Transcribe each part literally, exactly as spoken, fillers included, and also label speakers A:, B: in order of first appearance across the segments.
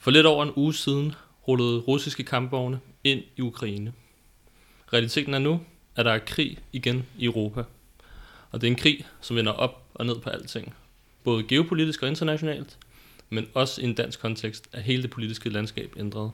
A: For lidt over en uge siden rullede russiske kampvogne ind i Ukraine. Realiteten er nu, at der er krig igen i Europa. Og det er en krig, som vender op og ned på alting. Både geopolitisk og internationalt, men også i en dansk kontekst er hele det politiske landskab ændret.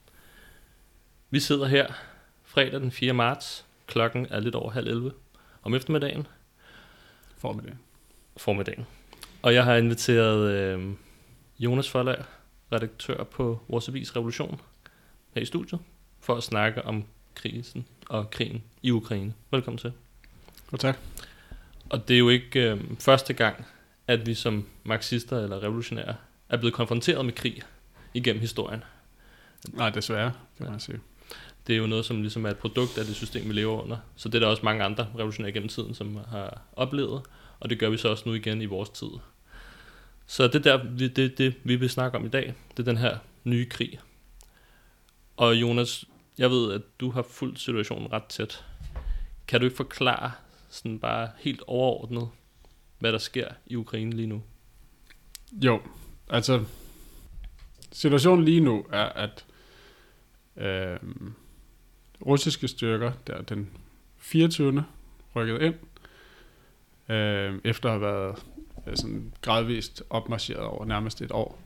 A: Vi sidder her fredag den fjerde marts. Klokken er lidt over halv elleve om eftermiddagen.
B: Formiddagen.
A: Formiddagen. Og jeg har inviteret øh, Jonas Forlager, redaktør på vores avis Revolution, her i studiet, for at snakke om krisen og krigen i Ukraine. Velkommen til.
B: Og tak.
A: Og det er jo ikke øh, første gang, at vi som marxister eller revolutionære er blevet konfronteret med krig igennem historien.
B: Nej, desværre, kan man sige.
A: Det er jo noget, som ligesom er et produkt af det system, vi lever under. Så det er der også mange andre revolutionære gennem tiden, som har oplevet, og det gør vi så også nu igen i vores tid. Så det der, det, det, det vi vil snakke om i dag, det er den her nye krig. Og Jonas, jeg ved, at du har fulgt situationen ret tæt. Kan du ikke forklare sådan bare helt overordnet, hvad der sker i Ukraine lige nu?
B: Jo, altså situationen lige nu er, at øh, russiske styrker, der den fireogtyvende rykket ind, øh, efter at have været øh, sådan gradvist opmarcheret over nærmest et år,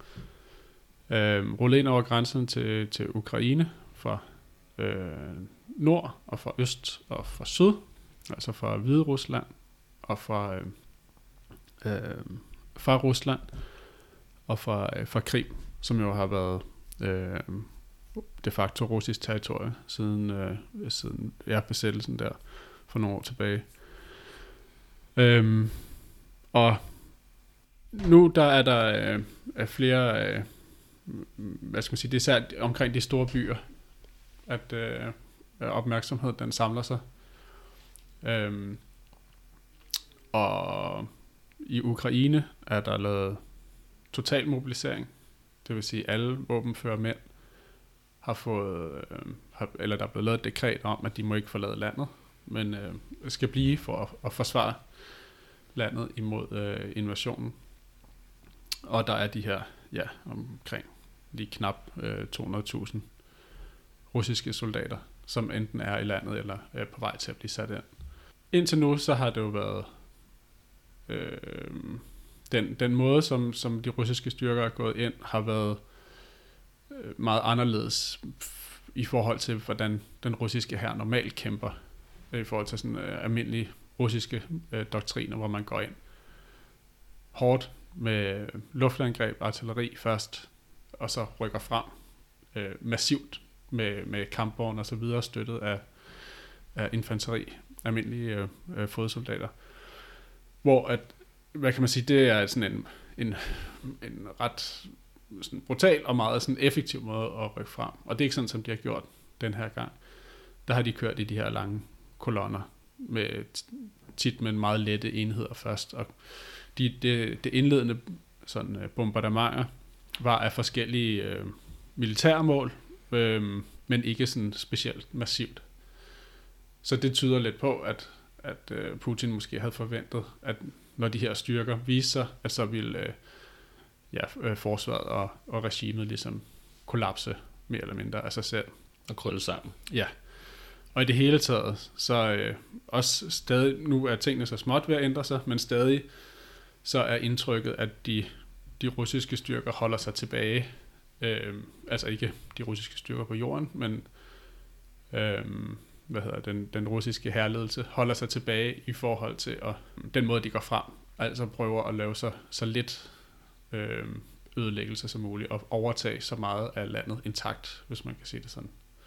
B: øh, rullet ind over grænsen til, til Ukraine fra øh, nord og fra øst og fra syd, altså fra Hvide Rusland og fra øh, øh, fra Rusland og fra, øh, fra Krim, som jo har været øh, de facto russisk territorie siden, øh, siden ja, besættelsen der for nogle år tilbage. Øhm, og nu der er der øh, er flere, øh, hvad skal man sige, det er især omkring de store byer, at øh, opmærksomhed den samler sig. Øhm, og i Ukraine er der lavet total mobilisering, det vil sige alle våbenførere mænd har fået, øh, har, eller der er blevet lavet et dekret om, at de må ikke forlade landet, men øh, skal blive for at, at forsvare landet imod øh, invasionen. Og der er de her, ja, omkring lige knap øh, to hundrede tusind russiske soldater, som enten er i landet eller er på vej til at blive sat ind. Indtil nu så har det jo været øh, den, den måde, som, som de russiske styrker er gået ind, har været øh, meget anderledes i forhold til, hvordan den russiske hær normalt kæmper, i forhold til sådan øh, almindelige russiske øh, doktriner, hvor man går ind hårdt med luftangreb, artilleri først, og så rykker frem øh, massivt med, med kampvogne og så videre, støttet af, af infanteri, almindelige øh, fodsoldater. Hvor at, hvad kan man sige, det er sådan en, en, en ret sådan brutal og meget sådan effektiv måde at rykke frem. Og det er ikke sådan, som de har gjort den her gang. Der har de kørt i de her lange kolonner, med tit med meget lette enheder først. Og de, det, det indledende sådan, bombardementer var af forskellige øh, militære mål, øh, men ikke sådan specielt massivt. Så det tyder lidt på, at, at øh, Putin måske havde forventet, at når de her styrker viser sig, at så ville øh, ja, øh, forsvaret og, og regimet ligesom kollapse mere eller mindre af sig selv.
A: Og krølle sammen.
B: Ja. Og i det hele taget, så øh, også stadig, nu er tingene så småt ved at ændre sig, men stadig så er indtrykket, at de, de russiske styrker holder sig tilbage. Øh, altså ikke de russiske styrker på jorden, men øh, hvad hedder den, den russiske hærledelse holder sig tilbage i forhold til at, den måde, de går frem. Altså prøver at lave så, så lidt øh, ødelæggelse som muligt, og overtage så meget af landet intakt, hvis man kan sige det sådan.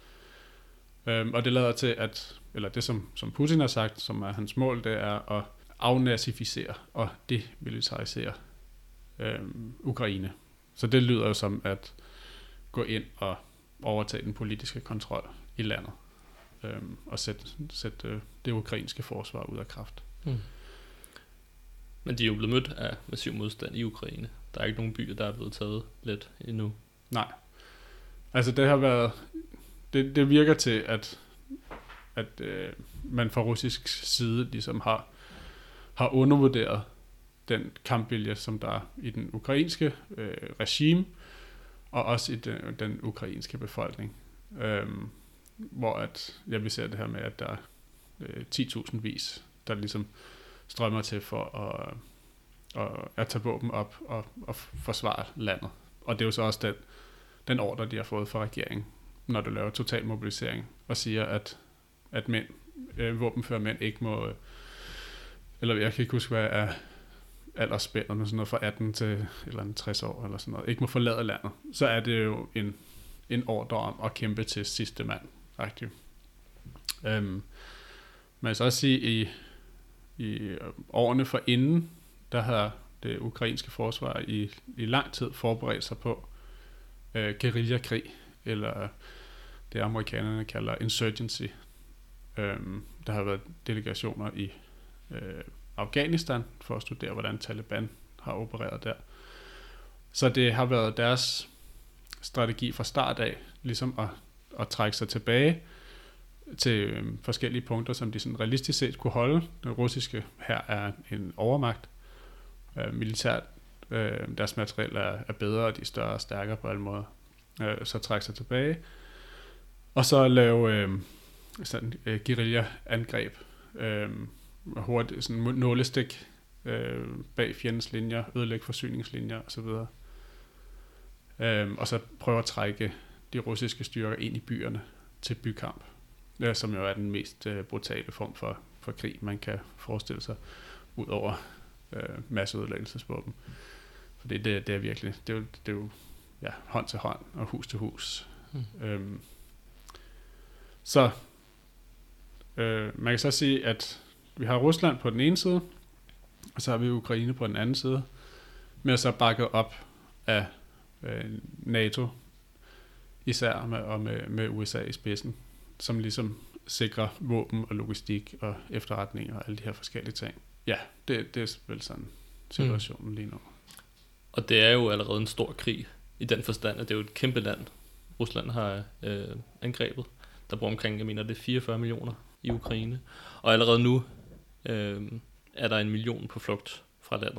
B: Øhm, og det lader til, at, eller det som, som Putin har sagt, som er hans mål, det er at afnazificere og demilitarisere øhm, Ukraine. Så det lyder jo som at gå ind og overtage den politiske kontrol i landet, øhm, og sætte, sætte øh, det ukrainske forsvar ud af kraft.
A: Mm. Men de er jo blevet mødt af massiv modstand i Ukraine. Der er ikke nogen byer, der er blevet taget let endnu.
B: Nej. Altså det har været... Det, det virker til, at, at øh, man fra russisk side ligesom har, har undervurderet den kampvilje, som der er i den ukrainske øh, regime, og også i den, den ukrainske befolkning. Øhm, hvor at, ja, vi ser det her med, at der er øh, ti tusind vis, der ligesom strømmer til for at, at, at tage våben op og, og forsvare landet. Og det er jo så også den, den ordre, de har fået fra regeringen, når du laver total mobilisering, og siger, at, at mænd, øh, våbenfører mænd ikke må, eller jeg kan ikke huske, hvad er aldersspændet, men sådan noget fra atten til eller tres år, eller sådan noget, ikke må forlade landet, så er det jo en, en ordre om at kæmpe til sidste mand. Aktiv. Øhm, man kan så også sige, i, i årene for inden, der har det ukrainske forsvar i, i lang tid forberedt sig på øh, guerillakrig, eller det amerikanerne kalder insurgency. Øhm, der har været delegationer i øh, Afghanistan for at studere, hvordan Taliban har opereret der. Så det har været deres strategi fra start af, ligesom at, at trække sig tilbage til øh, forskellige punkter, som de sådan realistisk set kunne holde. Den russiske her er en overmagt. Øh, militært, øh, deres materiel er, er bedre, og de er større og stærkere på alle måder. Øh, så trække sig tilbage. Og så lave øh, sådan øh, guerilla-angreb. Øh, hurtigt, sådan nålestik øh, bag fjendens linjer, ødelægge forsyningslinjer osv. Øh, og så prøve at trække de russiske styrker ind i byerne til bykamp, øh, som jo er den mest øh, brutale form for, for krig, man kan forestille sig, ud over øh, masseødelæggelsesvåben. For det, det, det er virkelig, det er jo, det er jo ja, hånd til hånd og hus til hus. Mm. Øhm, så øh, man kan så sige, at vi har Rusland på den ene side, og så har vi Ukraine på den anden side, med at så bakke op af øh, NATO, især med, og med, med U S A i spidsen, som ligesom sikrer våben og logistik og efterretning og alle de her forskellige ting. Ja, det, det er vel sådan situationen mm. lige nu.
A: Og det er jo allerede en stor krig, i den forstand, at det er jo et kæmpe land, Rusland har øh, angrebet. Der bor omkring, jeg mener, det er fireogfyrre millioner i Ukraine. Og allerede nu øh, er der en million på flugt fra landet.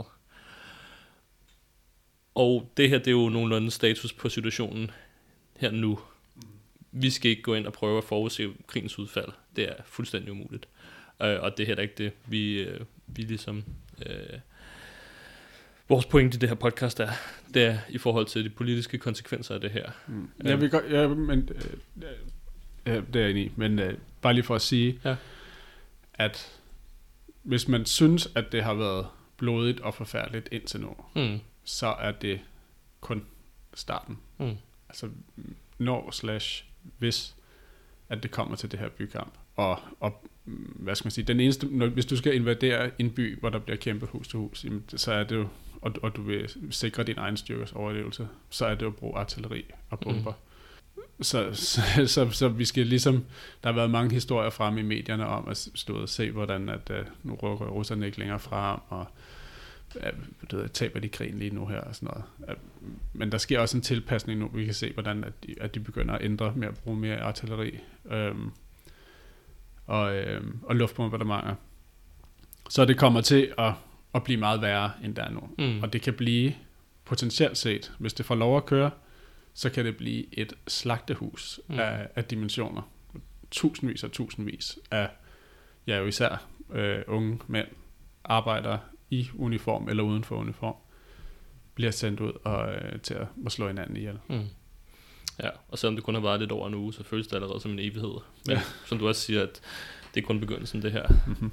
A: Og det her, det er jo nogenlunde status på situationen her nu. Vi skal ikke gå ind og prøve at forudse krigens udfald. Det er fuldstændig umuligt. Øh, og det er heller ikke det, vi, øh, vi ligesom... Øh, vores pointe i det her podcast er, det er i forhold til de politiske konsekvenser af det her.
B: Mm. Ja, vi går, ja, men øh, øh, det er jeg enig i, men øh, bare lige for at sige, ja. At hvis man synes, at det har været blodigt og forfærdeligt indtil nu, mm. så er det kun starten. Mm. Altså når slash hvis, at det kommer til det her bykamp. Og, og hvad skal man sige, den eneste, når, hvis du skal invadere en by, hvor der bliver kæmpet hus til hus, jamen, så er det jo, og, og du vil sikre din egen styrkes overlevelse, så er det jo at bruge artilleri og bomber. Mm. Så, så, så, så vi skal ligesom, der har været mange historier fremme i medierne om at stå og se, hvordan at, uh, nu rykker russerne ikke længere frem, og uh, det taber de krigen lige nu her og sådan noget. Uh, men der sker også en tilpasning nu, vi kan se, hvordan at de, at de begynder at ændre med at bruge mere artilleri. Um, og, øh, og luftbombardementer. Så det kommer til at, at blive meget værre, end der er nu. Mm. Og det kan blive, potentielt set, hvis det får lov at køre, så kan det blive et slagtehus mm. af, af dimensioner. Tusindvis og tusindvis af, ja jo især øh, unge mænd, arbejder i uniform eller uden for uniform, bliver sendt ud og, øh, til at, at slå hinanden ihjel. Mm.
A: Ja, og selvom det kun har været lidt over en uge, så føles det allerede som en evighed. Men ja. Som du også siger, at det er kun begyndelsen, det her. Mm-hmm.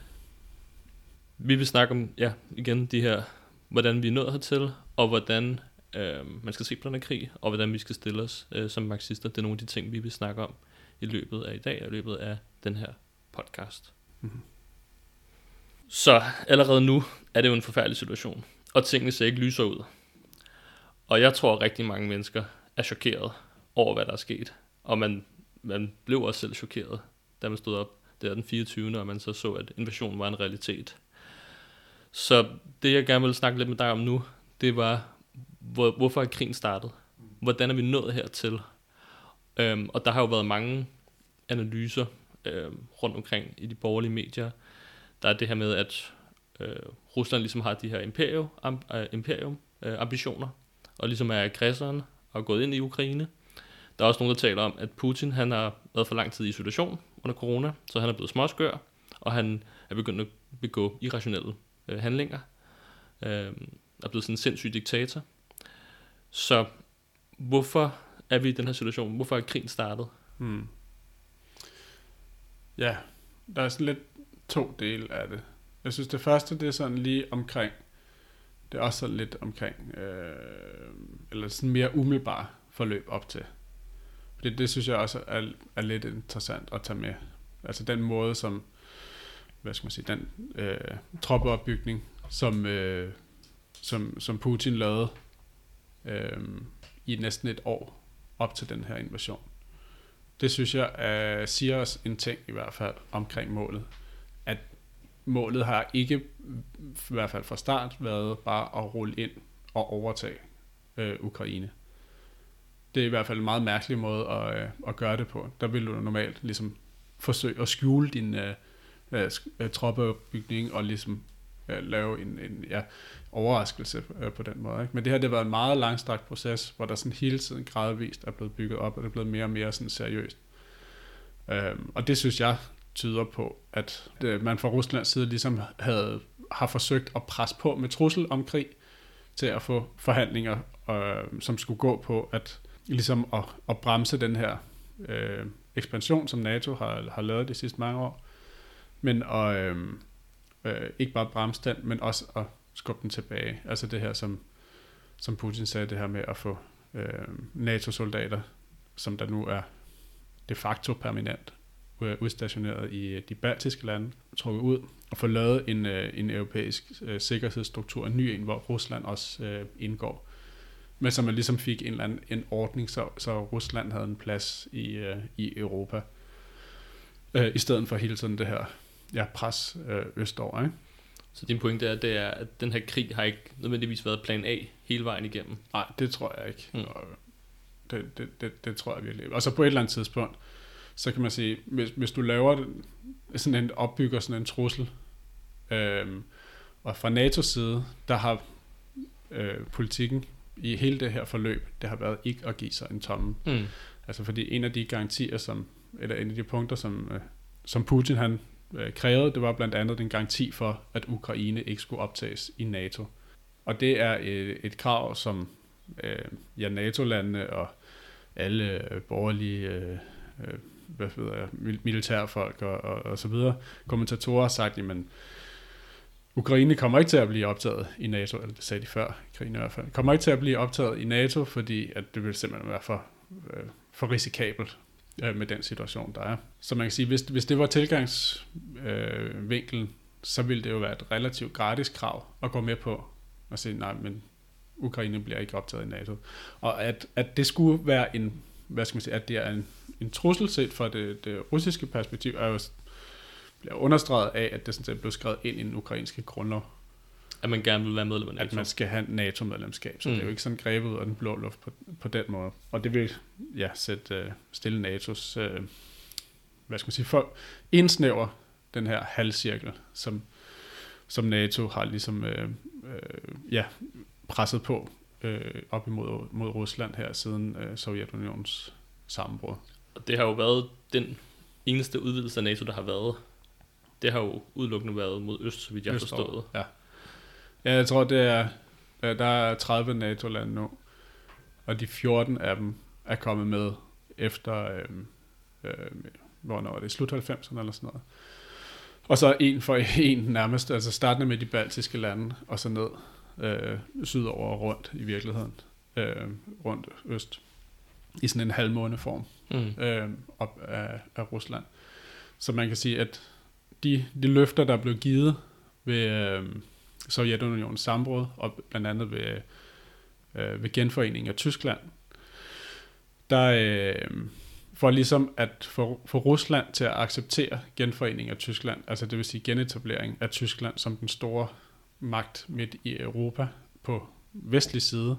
A: Vi vil snakke om, ja, igen de her, hvordan vi er nået hertil, og hvordan øh, man skal se på den her krig, og hvordan vi skal stille os øh, som marxister. Det er nogle af de ting, vi vil snakke om i løbet af i dag, og i løbet af den her podcast. Mm-hmm. Så allerede nu er det jo en forfærdelig situation, og tingene ser ikke lyser ud. Og jeg tror, at rigtig mange mennesker er chokeret over, hvad der er sket. Og man, man blev også selv chokeret, da man stod op der den fireogtyvende og man så så, at invasionen var en realitet. Så det, jeg gerne vil snakke lidt med dig om nu, det var, hvor, hvorfor er krigen startet? Hvordan er vi nået hertil? Øhm, og der har jo været mange analyser øhm, rundt omkring i de borgerlige medier. Der er det her med, at øh, Rusland ligesom har de her imperium, am, øh, imperium øh, ambitioner, og ligesom er aggressoren, og er gået ind i Ukraine. Der er også nogen, der taler om, at Putin han har været for lang tid i isolation under corona, så han er blevet småskør, og han er begyndt at begå irrationelle øh, handlinger. Øh, er blevet sådan en sindssyg diktator. Så hvorfor er vi i den her situation? Hvorfor er krigen startet?
B: Hmm. Ja, der er sådan lidt to dele af det. Jeg synes, det første, det er sådan lige omkring, det er også sådan lidt omkring, øh, eller sådan mere umiddelbar forløb op til. Fordi det synes jeg også er, er lidt interessant at tage med. Altså den måde, som, hvad skal man sige, den øh, troppeopbygning, som, øh, som, som Putin lavede øh, i næsten et år op til den her invasion. Det synes jeg uh, siger os en ting i hvert fald omkring målet. At målet har ikke, i hvert fald fra start, været bare at rulle ind og overtage uh, Ukraine. Det er i hvert fald en meget mærkelig måde at, uh, at gøre det på. Der vil du normalt ligesom forsøge at skjule din uh, uh, troppeopbygning og ligesom uh, lave en, en ja, overraskelse uh, på den måde. Ikke? Men det her det har været en meget langstrakt proces, hvor der sådan hele tiden gradvist er blevet bygget op, og det er blevet mere og mere sådan seriøst. Um, og det synes jeg tyder på, at det, man fra Ruslands side ligesom havde, har forsøgt at presse på med trussel om krig, til at få forhandlinger, uh, som skulle gå på at, ligesom at, at bremse den her uh, ekspansion, som NATO har, har lavet de sidste mange år. Men at, uh, uh, ikke bare bremse den, men også at skubbe den tilbage. Altså det her, som, som Putin sagde, det her med at få uh, NATO-soldater, som der nu er de facto permanent udstationeret i de baltiske lande, trukket ud og få lavet en, en europæisk øh, sikkerhedsstruktur, en ny en, hvor Rusland også øh, indgår. Men så man ligesom fik en eller anden en ordning, så, så Rusland havde en plads i, øh, i Europa, øh, i stedet for hele tiden det her ja, pres øh, østover. Ikke?
A: Så din pointe er, det er, at den her krig har ikke nødvendigvis været plan A hele vejen igennem?
B: Nej, det tror jeg ikke.
A: Mm.
B: Det, det, det, det tror jeg virkelig. Og så på et eller andet tidspunkt, så kan man sige, hvis, hvis du laver sådan en, opbygger sådan en trussel, øhm, og fra NATO's side, der har øh, politikken i hele det her forløb, det har været ikke at give sig en tomme.
A: Mm.
B: Altså fordi en af de garantier, som, eller en af de punkter, som, øh, som Putin han øh, krævede, det var blandt andet en garanti for, at Ukraine ikke skulle optages i NATO. Og det er et, et krav, som øh, ja, NATO-landene og alle øh, borgerlige øh, øh, hvad ved jeg, militærfolk og, og, og så videre, kommentatorer har sagt, jamen, Ukraine kommer ikke til at blive optaget i NATO, eller det sagde de før, krigen i hvert fald, kommer ikke til at blive optaget i NATO, fordi at det vil simpelthen være for, øh, for risikabelt øh, med den situation, der er. Så man kan sige, hvis, hvis det var tilgangsvinkelen, øh, så ville det jo være et relativt gratis krav at gå med på og sige, nej, men Ukraine bliver ikke optaget i NATO. Og at, at det skulle være en, hvad skal man sige, at det er en, en trussel set fra det, det russiske perspektiv, er jo bliver understreget af, at det sådan set blev skrevet ind i den ukrainske grundlov.
A: At man gerne vil være medlem af NATO.
B: At man skal have NATO-medlemskab, så mm. det er jo ikke sådan grebet ud af den blå luft på, på den måde. Og det vil ja, sætte, uh, stille NATO's, uh, hvad skal man sige, for indsnæver den her halvcirkel, som, som NATO har ligesom uh, uh, ja, presset på uh, op imod mod Rusland her siden uh, Sovjetunionens sammenbrud.
A: Og det har jo været den eneste udvidelse af NATO, der har været. Det har jo udelukkende været mod øst, så vidt jeg har forstået.
B: Ja. Ja, jeg tror, det er, der er tredive NATO-lande nu, og de fjorten af dem er kommet med efter, øh, øh, hvornår er det, slut halvfemserne eller sådan noget. Og så en for en nærmest, altså startende med de baltiske lande, og så ned øh, sydover og rundt i virkeligheden, øh, rundt øst, i sådan en halvmåneform mm. øh, op af, af Rusland. Så man kan sige, at de, de løfter, der blev givet ved øh, Sovjetunionens sammenbrud, og blandt andet ved, øh, ved genforeningen af Tyskland, der øh, for ligesom at få, få Rusland til at acceptere genforeningen af Tyskland, altså det vil sige genetablering af Tyskland som den store magt midt i Europa på vestlig side,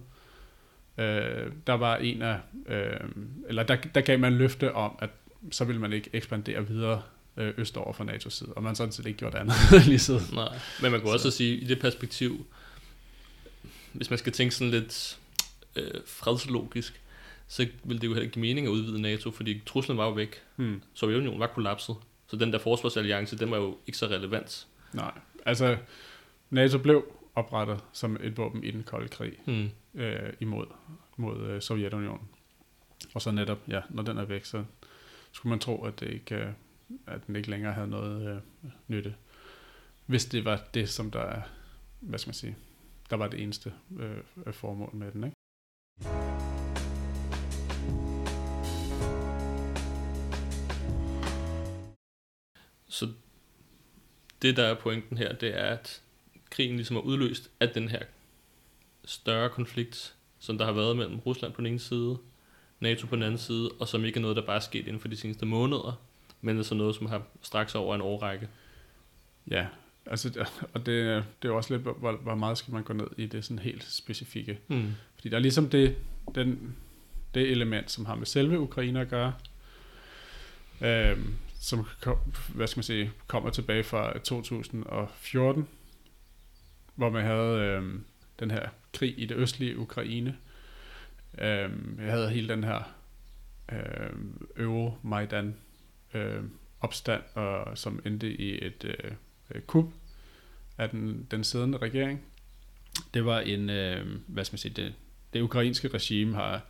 B: øh, der var en af, øh, eller der, der gav man løfte om, at så ville man ikke ekspandere videre østover fra NATO's side, og man sådan set ikke gjort andet lige siden.
A: Nej, men man kunne så også sige, i det perspektiv, hvis man skal tænke sådan lidt øh, fredslogisk, så ville det jo heller ikke give mening at udvide NATO, fordi truslen var jo væk.
B: Hmm.
A: Sovjetunionen var kollapset. Så den der forsvarsalliance, den var jo ikke så relevant.
B: Nej, altså NATO blev oprettet som et våben i den kolde krig
A: Hmm.
B: øh, imod mod, øh, Sovjetunionen. Og så netop, ja, når den er væk, så skulle man tro, at, det ikke, øh, at den ikke længere havde noget øh, nytte. Hvis det var det, som der er, hvad skal man sige, der var det eneste øh, formål med den, ikke?
A: Så det, der er pointen her, det er, at krigen ligesom er udløst af den her større konflikt, som der har været mellem Rusland på den ene side, NATO på den anden side, og som ikke er noget, der bare er sket inden for de seneste måneder, men altså noget, som har straks over en årrække.
B: Ja, altså, og det, det er jo også lidt, hvor, hvor meget skal man gå ned i det sådan helt specifikke.
A: Mm.
B: Fordi der er ligesom det, den, det element, som har med selve Ukraine at gøre, øhm, som kom, hvad skal man sige, kommer tilbage fra to tusind og fjorten, hvor man havde øhm, den her krig i det østlige Ukraine. Øhm, jeg havde hele den her øhm, Euromaidan øhm, opstand, og, som endte i et øh, kup af den, den siddende regering. Det var en, øh, hvad skal man sige, det, det ukrainske regime har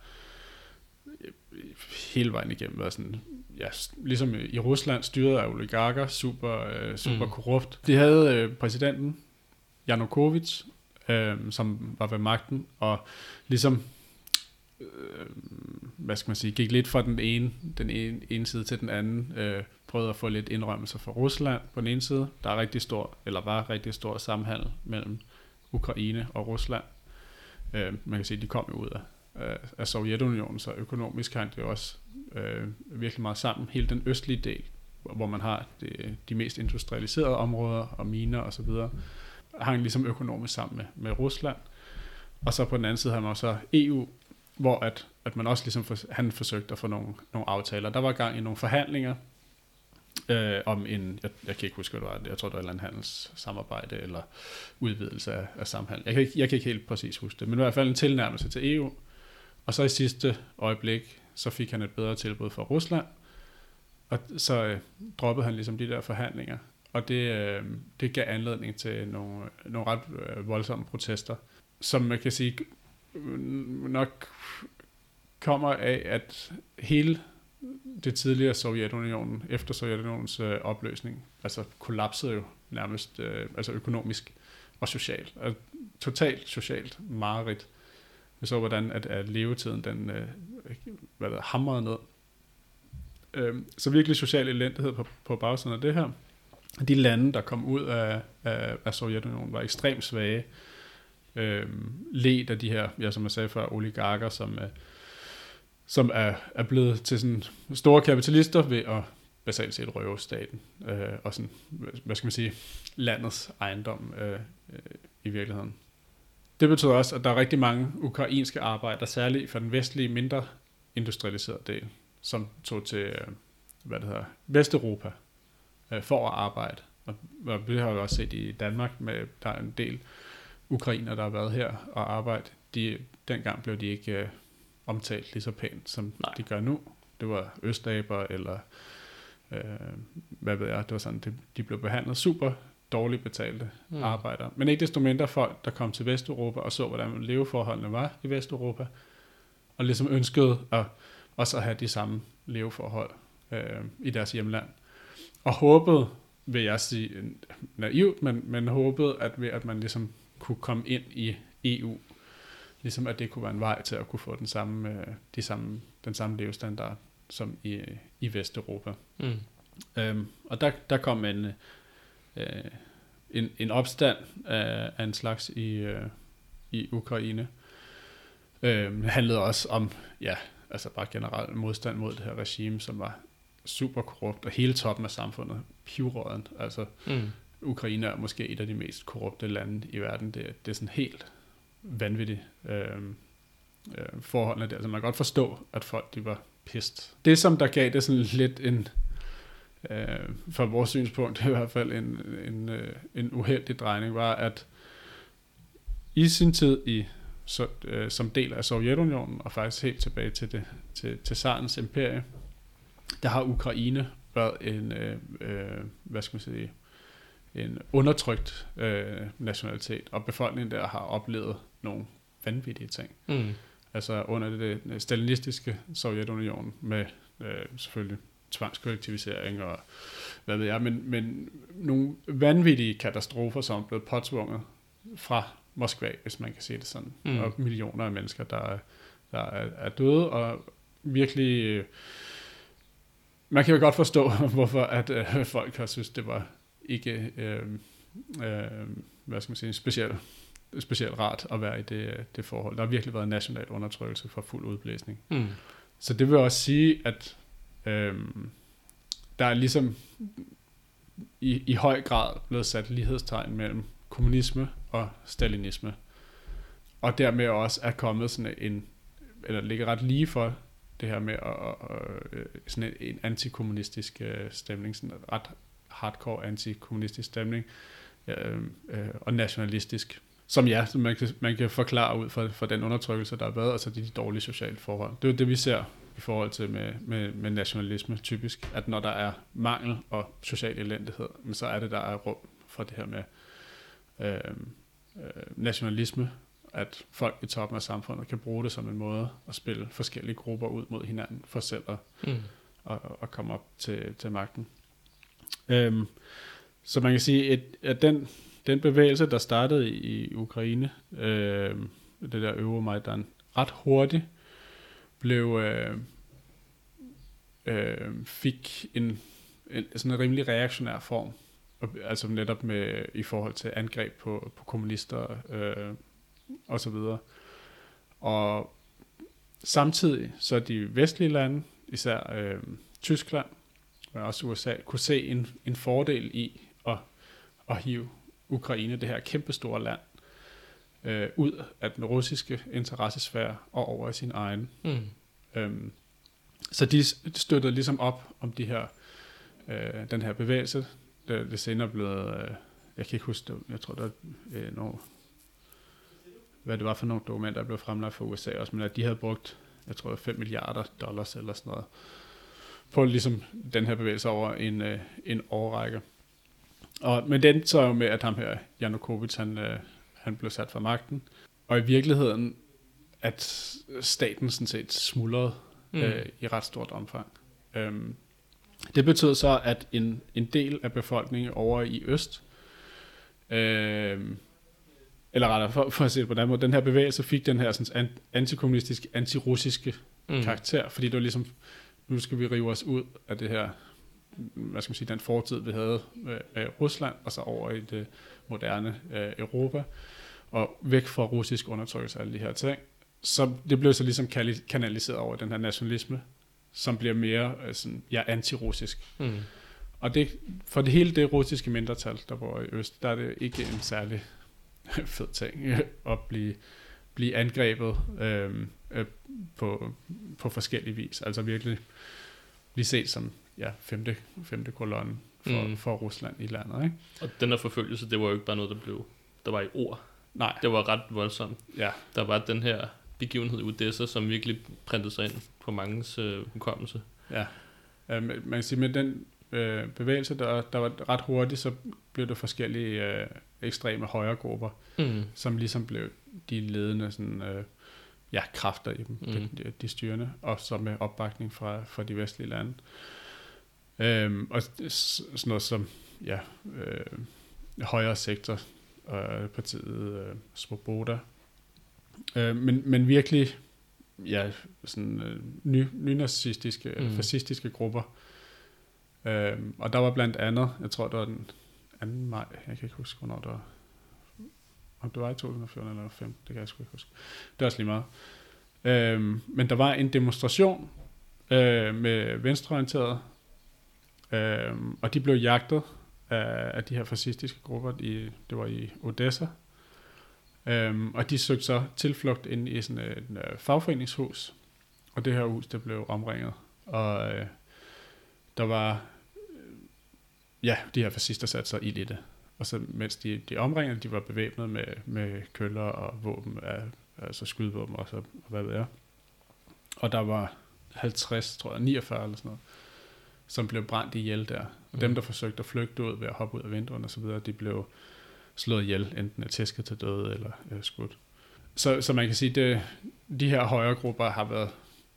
B: hele vejen igennem været sådan, ja, ligesom i Rusland, styret af oligarker, super, øh, super mm. korrupt. De havde øh, præsidenten Yanukovych, øh, som var ved magten, og ligesom, øh, hvad skal man sige, gik lidt fra den ene, den ene, ene side til den anden, øh, prøvede at få lidt indrømmelser fra Rusland på den ene side. Der er rigtig stor, eller var rigtig stor samhandel mellem Ukraine og Rusland. Øh, man kan sige, at de kom jo ud af af Sovjetunionen, så økonomisk hang det også øh, virkelig meget sammen. Hele den østlige del, hvor man har det, de mest industrialiserede områder og miner og så videre, hang ligesom økonomisk sammen med, med Rusland. Og så på den anden side har man så E U, hvor at, at man også ligesom for, han forsøgte at få nogle, nogle aftaler. Der var gang i nogle forhandlinger øh, om en, jeg, jeg kan ikke huske, hvad det var, jeg tror, det var et eller andet handelssamarbejde eller udvidelse af, af samhandel. Jeg kan, ikke, jeg kan ikke helt præcis huske det, men i hvert fald en tilnærmelse til E U. Og så i sidste øjeblik, så fik han et bedre tilbud fra Rusland, og så øh, droppede han ligesom de der forhandlinger, og det, øh, det gav anledning til nogle, nogle ret øh, voldsomme protester, som man kan sige nok kommer af, at hele det tidligere Sovjetunionen, efter Sovjetunionens øh, opløsning, altså kollapsede jo nærmest øh, altså økonomisk og socialt, og totalt socialt mareridt. Vi så, hvordan at, at levetiden den, øh, hvad der, hamrede ned. Øh, så virkelig social elendighed på, på bagsiden af det her. De lande, der kom ud af, af, af Sovjetunionen, var ekstremt svage. Øh, led af de her, ja, som jeg sagde før, oligarker, som, øh, som er, er blevet til sådan store kapitalister ved at basalt set røve staten. Øh, og sådan, hvad skal man sige, landets ejendom øh, øh, i virkeligheden. Det betyder også, at der er rigtig mange ukrainske arbejdere, særligt for den vestlige, mindre industrialiserede del, som tog til hvad det hedder, Vesteuropa for at arbejde. Og det har vi også set i Danmark, med der er en del ukrainer, der har været her og arbejdet. De, dengang blev de ikke uh, omtalt lige så pænt, som Nej. de gør nu. Det var østaber, eller uh, hvad ved jeg, det var sådan, de, de blev behandlet super dårligt betalte mm. arbejdere. Men ikke desto mindre folk, der kom til Vesteuropa og så, hvordan leveforholdene var i Vesteuropa, og ligesom ønskede at også at have de samme leveforhold øh, i deres hjemland. Og håbede, vil jeg sige naivt, men, men håbede, at, ved, at man ligesom kunne komme ind i E U, ligesom at det kunne være en vej til at kunne få den samme, øh, de samme, den samme levestandard som i, i Vesteuropa. Mm. Øhm, og der, der kom en Øh, en, en opstand af, af en slags i, øh, i Ukraine. Øh, det handlede også om, ja, altså bare generelt modstand mod det her regime, som var super korrupt, og hele toppen af samfundet pivråden. Altså, mm. Ukraine er måske et af de mest korrupte lande i verden. Det, det er sådan helt vanvittigt øh, øh, forholdene der. Altså man kan godt forstå, at folk de var pissed. Det, som der gav det sådan lidt en Uh, fra vores synspunkt i hvert fald en, en, uh, en uheldig drejning, var, at i sin tid i så, øh, som del af Sovjetunionen, og faktisk helt tilbage til, det, til, til Tsarens imperie, der har Ukraine været en, øh, øh, hvad skal man sige, en undertrykt øh, nationalitet, og befolkningen der har oplevet nogle vanvittige ting.
A: Mm.
B: Altså under det, det stalinistiske Sovjetunion med øh, selvfølgelig tvangskollektivisering og hvad ved jeg, men, men nogle vanvittige katastrofer, som er blevet påtvunget fra Moskva, hvis man kan sige det sådan, mm. og millioner af mennesker, der, der er, er døde, og virkelig, øh, man kan jo godt forstå, hvorfor at øh, folk har synes, det var ikke, øh, øh, hvad skal man sige, specielt specielt rart at være i det, det forhold. Der har virkelig været national undertrykkelse for fuld udblæsning. Mm. Så det vil også sige, at øh, der er ligesom i, i høj grad blevet sat lighedstegn mellem kommunisme og stalinisme. Og dermed også er kommet sådan en, eller ligger ret lige for det her med at, at, sådan en, en antikommunistisk stemning, sådan en ret hardcore antikommunistisk stemning, øh, øh, og nationalistisk, som ja, som man kan, man kan forklare ud fra, fra den undertrykkelse, der har været, og så de dårlige sociale forhold. Det er jo det, vi ser i forhold til med, med, med nationalisme typisk, at når der er mangel og social elendighed, så er det, der er rum for det her med øh, øh, nationalisme, at folk i toppen af samfundet kan bruge det som en måde at spille forskellige grupper ud mod hinanden, for selv at, mm. at, at komme op til, til magten. Øhm, så man kan sige, at, at den, den bevægelse, der startede i, i Ukraine, øh, det der Euromaidan, ret hurtigt blev øh, øh, fik en, en sådan en rimelig reaktionær form, altså netop med i forhold til angreb på, på kommunister øh, og så videre. Og samtidig så de vestlige lande, især øh, Tyskland, men også U S A, kunne se en, en fordel i at, at hive Ukraine, det her kæmpestore land, øh, ud af den russiske interessesfære og over i sin egen. Mm. Øhm, så de støttede ligesom op om de her, øh, den her bevægelse. Det, det senere blevet, øh, jeg kan ikke huske det, jeg tror der øh, nogle, hvad det var for nogle dokumenter, der blev fremlagt for U S A også, men at de havde brugt, jeg tror fem milliarder dollars eller sådan noget, på ligesom den her bevægelse over en, øh, en årrække. Og, men den så jo med, at ham her, Janukovyč, han, øh, han blev sat fra magten. Og i virkeligheden, at staten sådan set smuldrede mm. øh, i ret stort omfang. Øhm, det betød så, at en, en del af befolkningen over i øst, øh, eller rettere for, for at se det på den måde, den her bevægelse fik den her sådan, antikommunistiske, antirussiske mm. karakter, fordi det var ligesom, nu skal vi rive os ud af det her, hvad skal man sige, den fortid, vi havde af Rusland, og så over i det moderne øh, Europa, og væk fra russisk undertrykkelse af alle de her ting. Så det blev så ligesom kanaliseret over den her nationalisme, som bliver mere øh, sådan, ja, antirussisk. Mm. Og det, for det hele det russiske mindretal, der bor i øst, der er det ikke en særlig fed ting at blive, blive angrebet øh, øh, på, på forskellige vis. Altså virkelig blive set som ja, femte, femte kolonne for, mm. for Rusland i landet. Ikke?
A: Og den her forfølgelse, det var jo ikke bare noget, der blev, der var i ord.
B: Nej.
A: Det var ret voldsomt.
B: Ja.
A: Der var den her begivenhed i Odessa, som virkelig printede sig ind på mangens øh, hukommelse.
B: Ja. Øh, man kan sige, med den øh, bevægelse, der, der var ret hurtigt, så blev der forskellige øh, ekstreme højregrupper, mm. som ligesom blev de ledende sådan, øh, ja, kræfter i dem, mm. de, de styrende, og så med opbakning fra, fra de vestlige lande. Øhm, og sådan noget som ja, øh, højre sektor, øh, partiet øh, Svoboda, øh, men, men virkelig ja, sådan øh, ny, nynazistiske, mm. fascistiske grupper. Øh, og der var blandt andet, jeg tror det var den anden maj, jeg kan ikke huske, hvornår det var, om det var i to tusind og fjorten eller femten, det kan jeg sgu ikke huske. Det er også lige meget. Øh, men der var en demonstration øh, med venstreorienterede, Øhm, og de blev jagtet af, af de her fascistiske grupper. I, det var i Odessa. Øhm, og de søgte så tilflugt ind i sådan et, et, et fagforeningshus. Og det her hus, det blev omringet. Og øh, der var øh, ja, de her fascister satte sig ild i det. Og så mens de, de omringede, de var bevæbnet med, med køller og våben af, altså skydevåben også, og hvad ved jeg. Og der var halvtreds, tror jeg, niogfyrre eller sådan noget, som blev brændt ihjel der. Mm. Dem, der forsøgte at flygte ud ved at hoppe ud af vinduerne og så videre, de blev slået ihjel, enten tæsket til døde eller øh, skudt. Så, så man kan sige, at de her højre grupper har været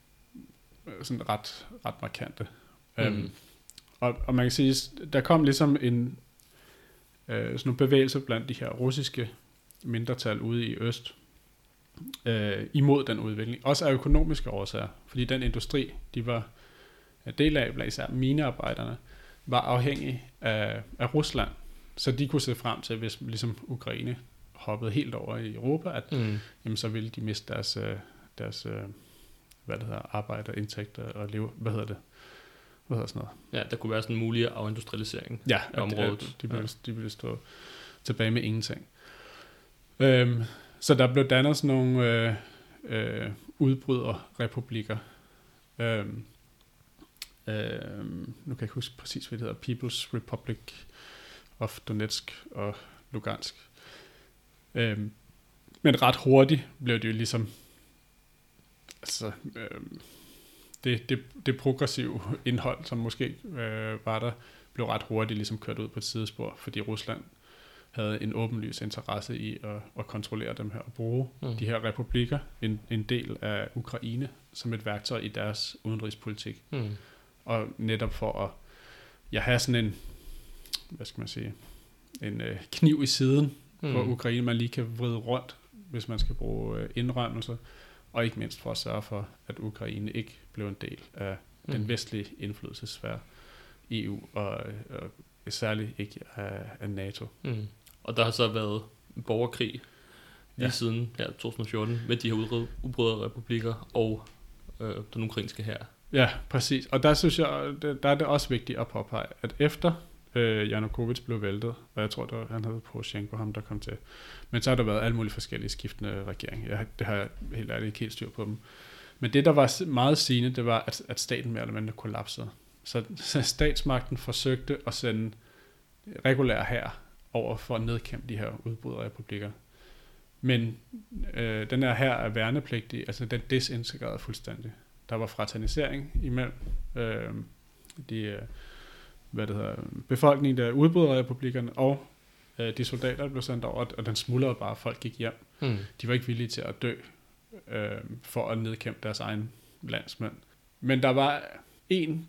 B: sådan ret, ret markante. Mm. Um, og, og man kan sige, der kom ligesom en øh, sådan en bevægelse blandt de her russiske mindretal ude i øst, øh, imod den udvikling. Også af økonomiske årsager, fordi den industri, de var en del af, blandt især minearbejderne, var afhængig af, af Rusland. Så de kunne se frem til, hvis ligesom Ukraine hoppede helt over i Europa, at mm. jamen, så ville de miste deres, deres hvad det hedder, arbejde og indtægter og leve, hvad hedder det? Hvad hedder sådan noget?
A: Ja, der kunne være sådan en mulig afindustrialisering
B: ja,
A: af området.
B: De, de, ville, ja. de ville stå tilbage med ingenting. Øhm, så der blev dannet sådan nogle øh, øh, udbryderrepublikker. Øhm, øh, nu kan jeg ikke huske præcis, hvad det hedder. People's Republic of Donetsk og Lugansk. Øhm, men ret hurtigt blev det jo ligesom altså øhm, det, det, det progressive indhold, som måske øh, var der, blev ret hurtigt ligesom kørt ud på et sidespor, fordi Rusland havde en åbenlys interesse i at, at kontrollere dem her og bruge mm. de her republikker, en, en del af Ukraine, som et værktøj i deres udenrigspolitik. Mm. Og netop for at ja, have sådan en, hvad skal man sige, en øh, kniv i siden mm. på Ukraine, man lige kan vride rundt, hvis man skal bruge øh, indrømmelser, og ikke mindst for at sørge for, at Ukraine ikke blev en del af mm. den vestlige indflydelsesfære, E U, og, og særligt ikke af, af NATO.
A: Mm. Og der har så været borgerkrig lige ja. siden ja, to tusind og fjorten med de her udbryderrepublikker og øh, den ukrainske hær.
B: Ja, præcis. Og der synes jeg, der er det også vigtigt at påpege, at efter øh, Janukovych blev væltet, og jeg tror, der, han havde Poroshenko, ham der kom til, men så har der været alle mulige forskellige skiftende regeringer. Jeg, det har jeg helt ærligt ikke helt styr på dem. Men det, der var meget sigende, det var, at, at staten mere eller mindre kollapsede. Så, så statsmagten forsøgte at sende regulære hær over for at nedkæmpe de her udbryderrepublikker. Men øh, den her hær er værnepligtig, altså den desintegrerede fuldstændig. Der var fraternisering imellem øh, de, øh, hvad det hedder, befolkningen der udbryderrepublikkerne og øh, de soldater, der blev sendt over, og den smuldrede bare, folk gik hjem. Mm. De var ikke villige til at dø øh, for at nedkæmpe deres egen landsmænd. Men der var en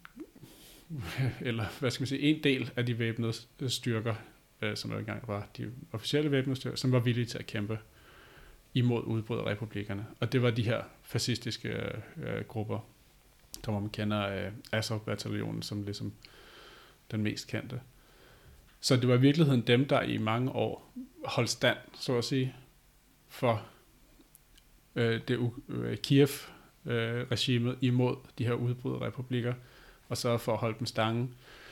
B: eller hvad skal man sige, en del af de væbnede styrker, øh, som jo engang var de officielle væbnede styrker, som var villige til at kæmpe imod udbryderrepublikkerne. Og det var de her fascistiske øh, grupper, der man kender øh, Azov-bataljonen som ligesom den mest kendte. Så det var i virkeligheden dem, der i mange år holdt stand, så at sige, for øh, det øh, Kiev-regimet øh, imod de her udbryderrepublikker, og så for at holde dem stangen,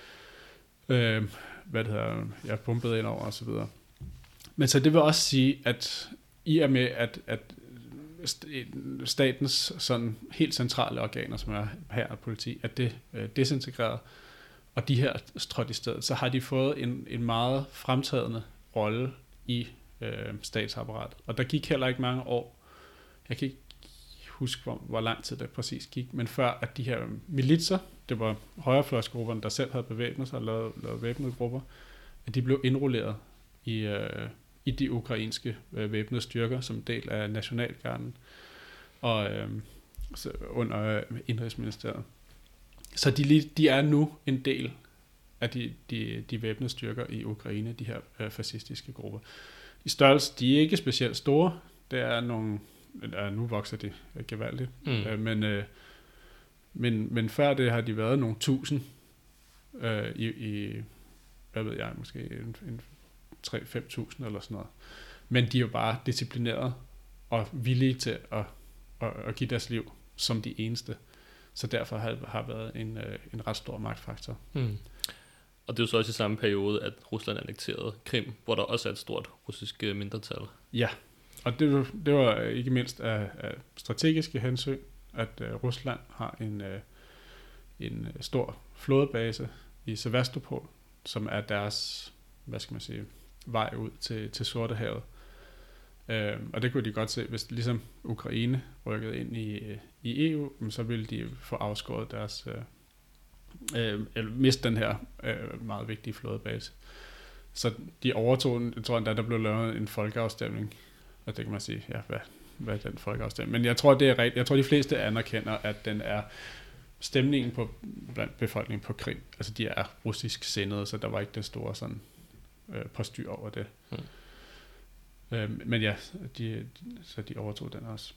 B: øh, hvad det hedder, jeg pumpede ind over og så videre. Men så det vil også sige, at i og med, at, at statens sådan helt centrale organer, som er her og politi, at det er desintegreret, og de her trådt i stedet, så har de fået en, en meget fremtrædende rolle i øh, statsapparatet. Og der gik heller ikke mange år, jeg kan ikke huske, hvor, hvor lang tid det præcis gik, men før at de her militser, det var højrefløjsgrupperne, der selv havde bevæbnet sig og lavet, lavet væbnede grupper, at de blev indrulleret i, øh, i de ukrainske øh, væbnede styrker som del af Nationalgarden og øh, så under øh, Indrigsministeriet. Så de, de er nu en del af de, de, de væbnede styrker i Ukraine, de her øh, fascistiske grupper. I størrelse, de er ikke specielt store, det er nogle, ja, nu vokser de øh, gevaldigt, mm. øh, men, øh, men, men før det har de været nogle tusind øh, i, i, hvad ved jeg, måske en, en tre til fem tusind eller sådan noget. Men de er jo bare disciplineret og villige til at, at, at give deres liv som de eneste. Så derfor har har været en, en ret stor magtfaktor. Mm.
A: Og det er jo så også i samme periode, at Rusland annekterede Krim, hvor der også er et stort russisk mindretal.
B: Ja, og det, det var ikke mindst af, af strategiske hensyn, at uh, Rusland har en, uh, en stor flådebase i Sevastopol, som er deres, hvad skal man sige, vej ud til, til Sortehavet. Øh, og det kunne de godt se, hvis ligesom Ukraine rykkede ind i, i E U, så ville de få afskåret deres, øh, øh, eller miste den her øh, meget vigtige flådebase. Så de overtog, jeg tror endda, der blev lavet en folkeafstemning, og det kan man sige, ja, hvad, hvad er den folkeafstemning? Men jeg tror, det er rigtigt. Jeg tror, de fleste anerkender, at den er stemningen på, blandt befolkningen på Krim. Altså, de er russisk sindede, så der var ikke det store sådan, øh, påstyr over det. Mm. Øh, men ja, de, så de overtog den også.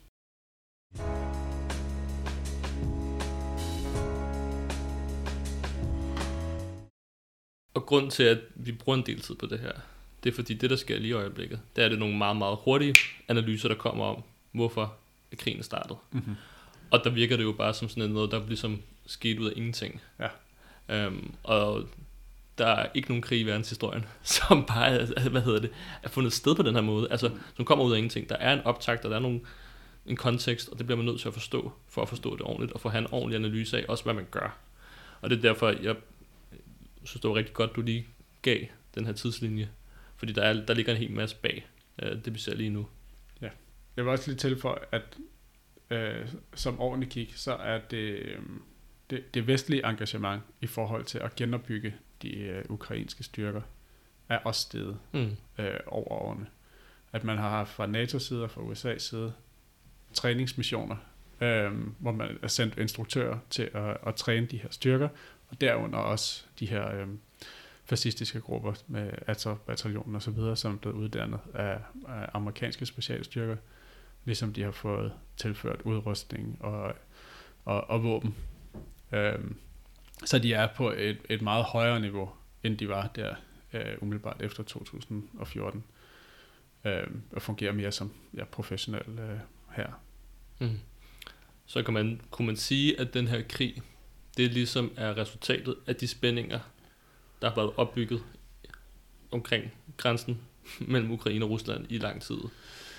A: Og grund til, at vi bruger en del tid på det her, det er fordi det, der sker lige i øjeblikket, det er det nogle meget, meget hurtige analyser, der kommer om, hvorfor krigen startede. Mm-hmm. Og der virker det jo bare som sådan noget, der ligesom skete ud af ingenting.
B: Ja.
A: Øhm, og der er ikke nogen krig i verdenshistorien, som bare er, hvad hedder det, er fundet sted på den her måde. Altså, som kommer ud af ingenting. Der er en optakt, og der er nogle, en kontekst, og det bliver man nødt til at forstå, for at forstå det ordentligt, og for at have en ordentlig analyse af, også hvad man gør. Og det er derfor, jeg synes, det var rigtig godt, du lige gav den her tidslinje. Fordi der, er, der ligger en hel masse bag øh, det, vi ser lige nu.
B: Ja. Jeg vil også lige tilføje, at øh, som årene gik, så er det, øh, det, det vestlige engagement i forhold til at genopbygge de øh, ukrainske styrker, er også steget mm. øh, over årene. At man har haft fra NATO's side og fra U S A's side træningsmissioner, øh, hvor man har sendt instruktører til at, at træne de her styrker, og derunder også de her øh, fascistiske grupper med Azov-bataljonen og så videre, som er blevet uddannet af, af amerikanske specialstyrker, ligesom de har fået tilført udrustning og, og, og våben. Øh, så de er på et, et meget højere niveau, end de var der øh, umiddelbart efter to tusind og fjorten, øh, og fungerer mere som ja, professionel øh, her.
A: Mm. Så kan man, kunne man sige, at den her krig, det ligesom er resultatet af de spændinger, der har været opbygget omkring grænsen mellem Ukraine og Rusland i lang tid.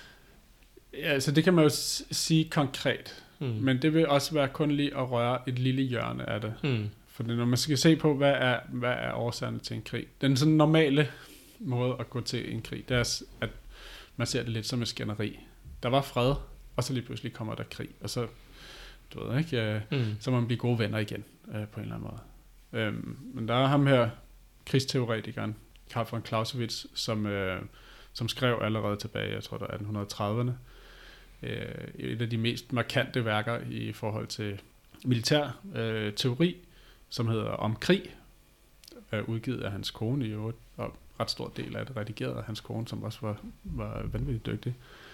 B: Ja, så det kan man jo s- sige konkret, mm. men det vil også være kun lige at røre et lille hjørne af det. Mm. For når man skal se på, hvad er, hvad er årsagerne til en krig, den sådan normale måde at gå til en krig, det er, at man ser det lidt som et skænderi. Der var fred, og så lige pludselig kommer der krig, og så, du ved ikke, mm. så må man blive gode venner igen, øh, på en eller anden måde. Øhm, men der er ham her, krigsteoretikeren, Karl von Clausewitz, som, øh, som skrev allerede tilbage, jeg tror det var atten trediverne, øh, et af de mest markante værker i forhold til militær øh, teori, som hedder Om krig, øh, udgivet af hans kone i øvrigt, og ret stor del af det redigeret af hans kone, som også var, var vanvittigt dygtig.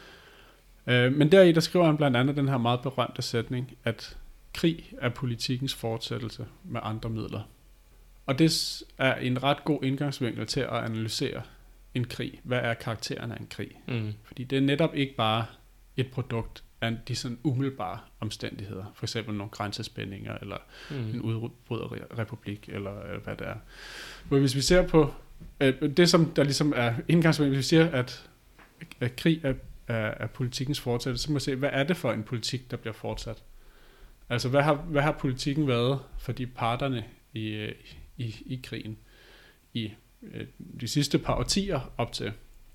B: Øh, men deri, der skriver han blandt andet den her meget berømte sætning, at krig er politikkens fortsættelse med andre midler. Og det er en ret god indgangsvinkel til at analysere en krig. Hvad er karakteren af en krig? Mm. Fordi det er netop ikke bare et produkt af de sådan umiddelbare omstændigheder. For eksempel nogle grænsespændinger, eller mm. en udbryderrepublik, eller hvad det er. Men hvis vi ser på øh, det, som der ligesom er indgangsvinkel, hvis vi siger, at, at krig er, er, er politikkens fortsættelse, så må vi se, hvad er det for en politik, der bliver fortsat? Altså, hvad har, hvad har politikken været for de parterne i, i, i krigen i øh, de sidste par årtier op til,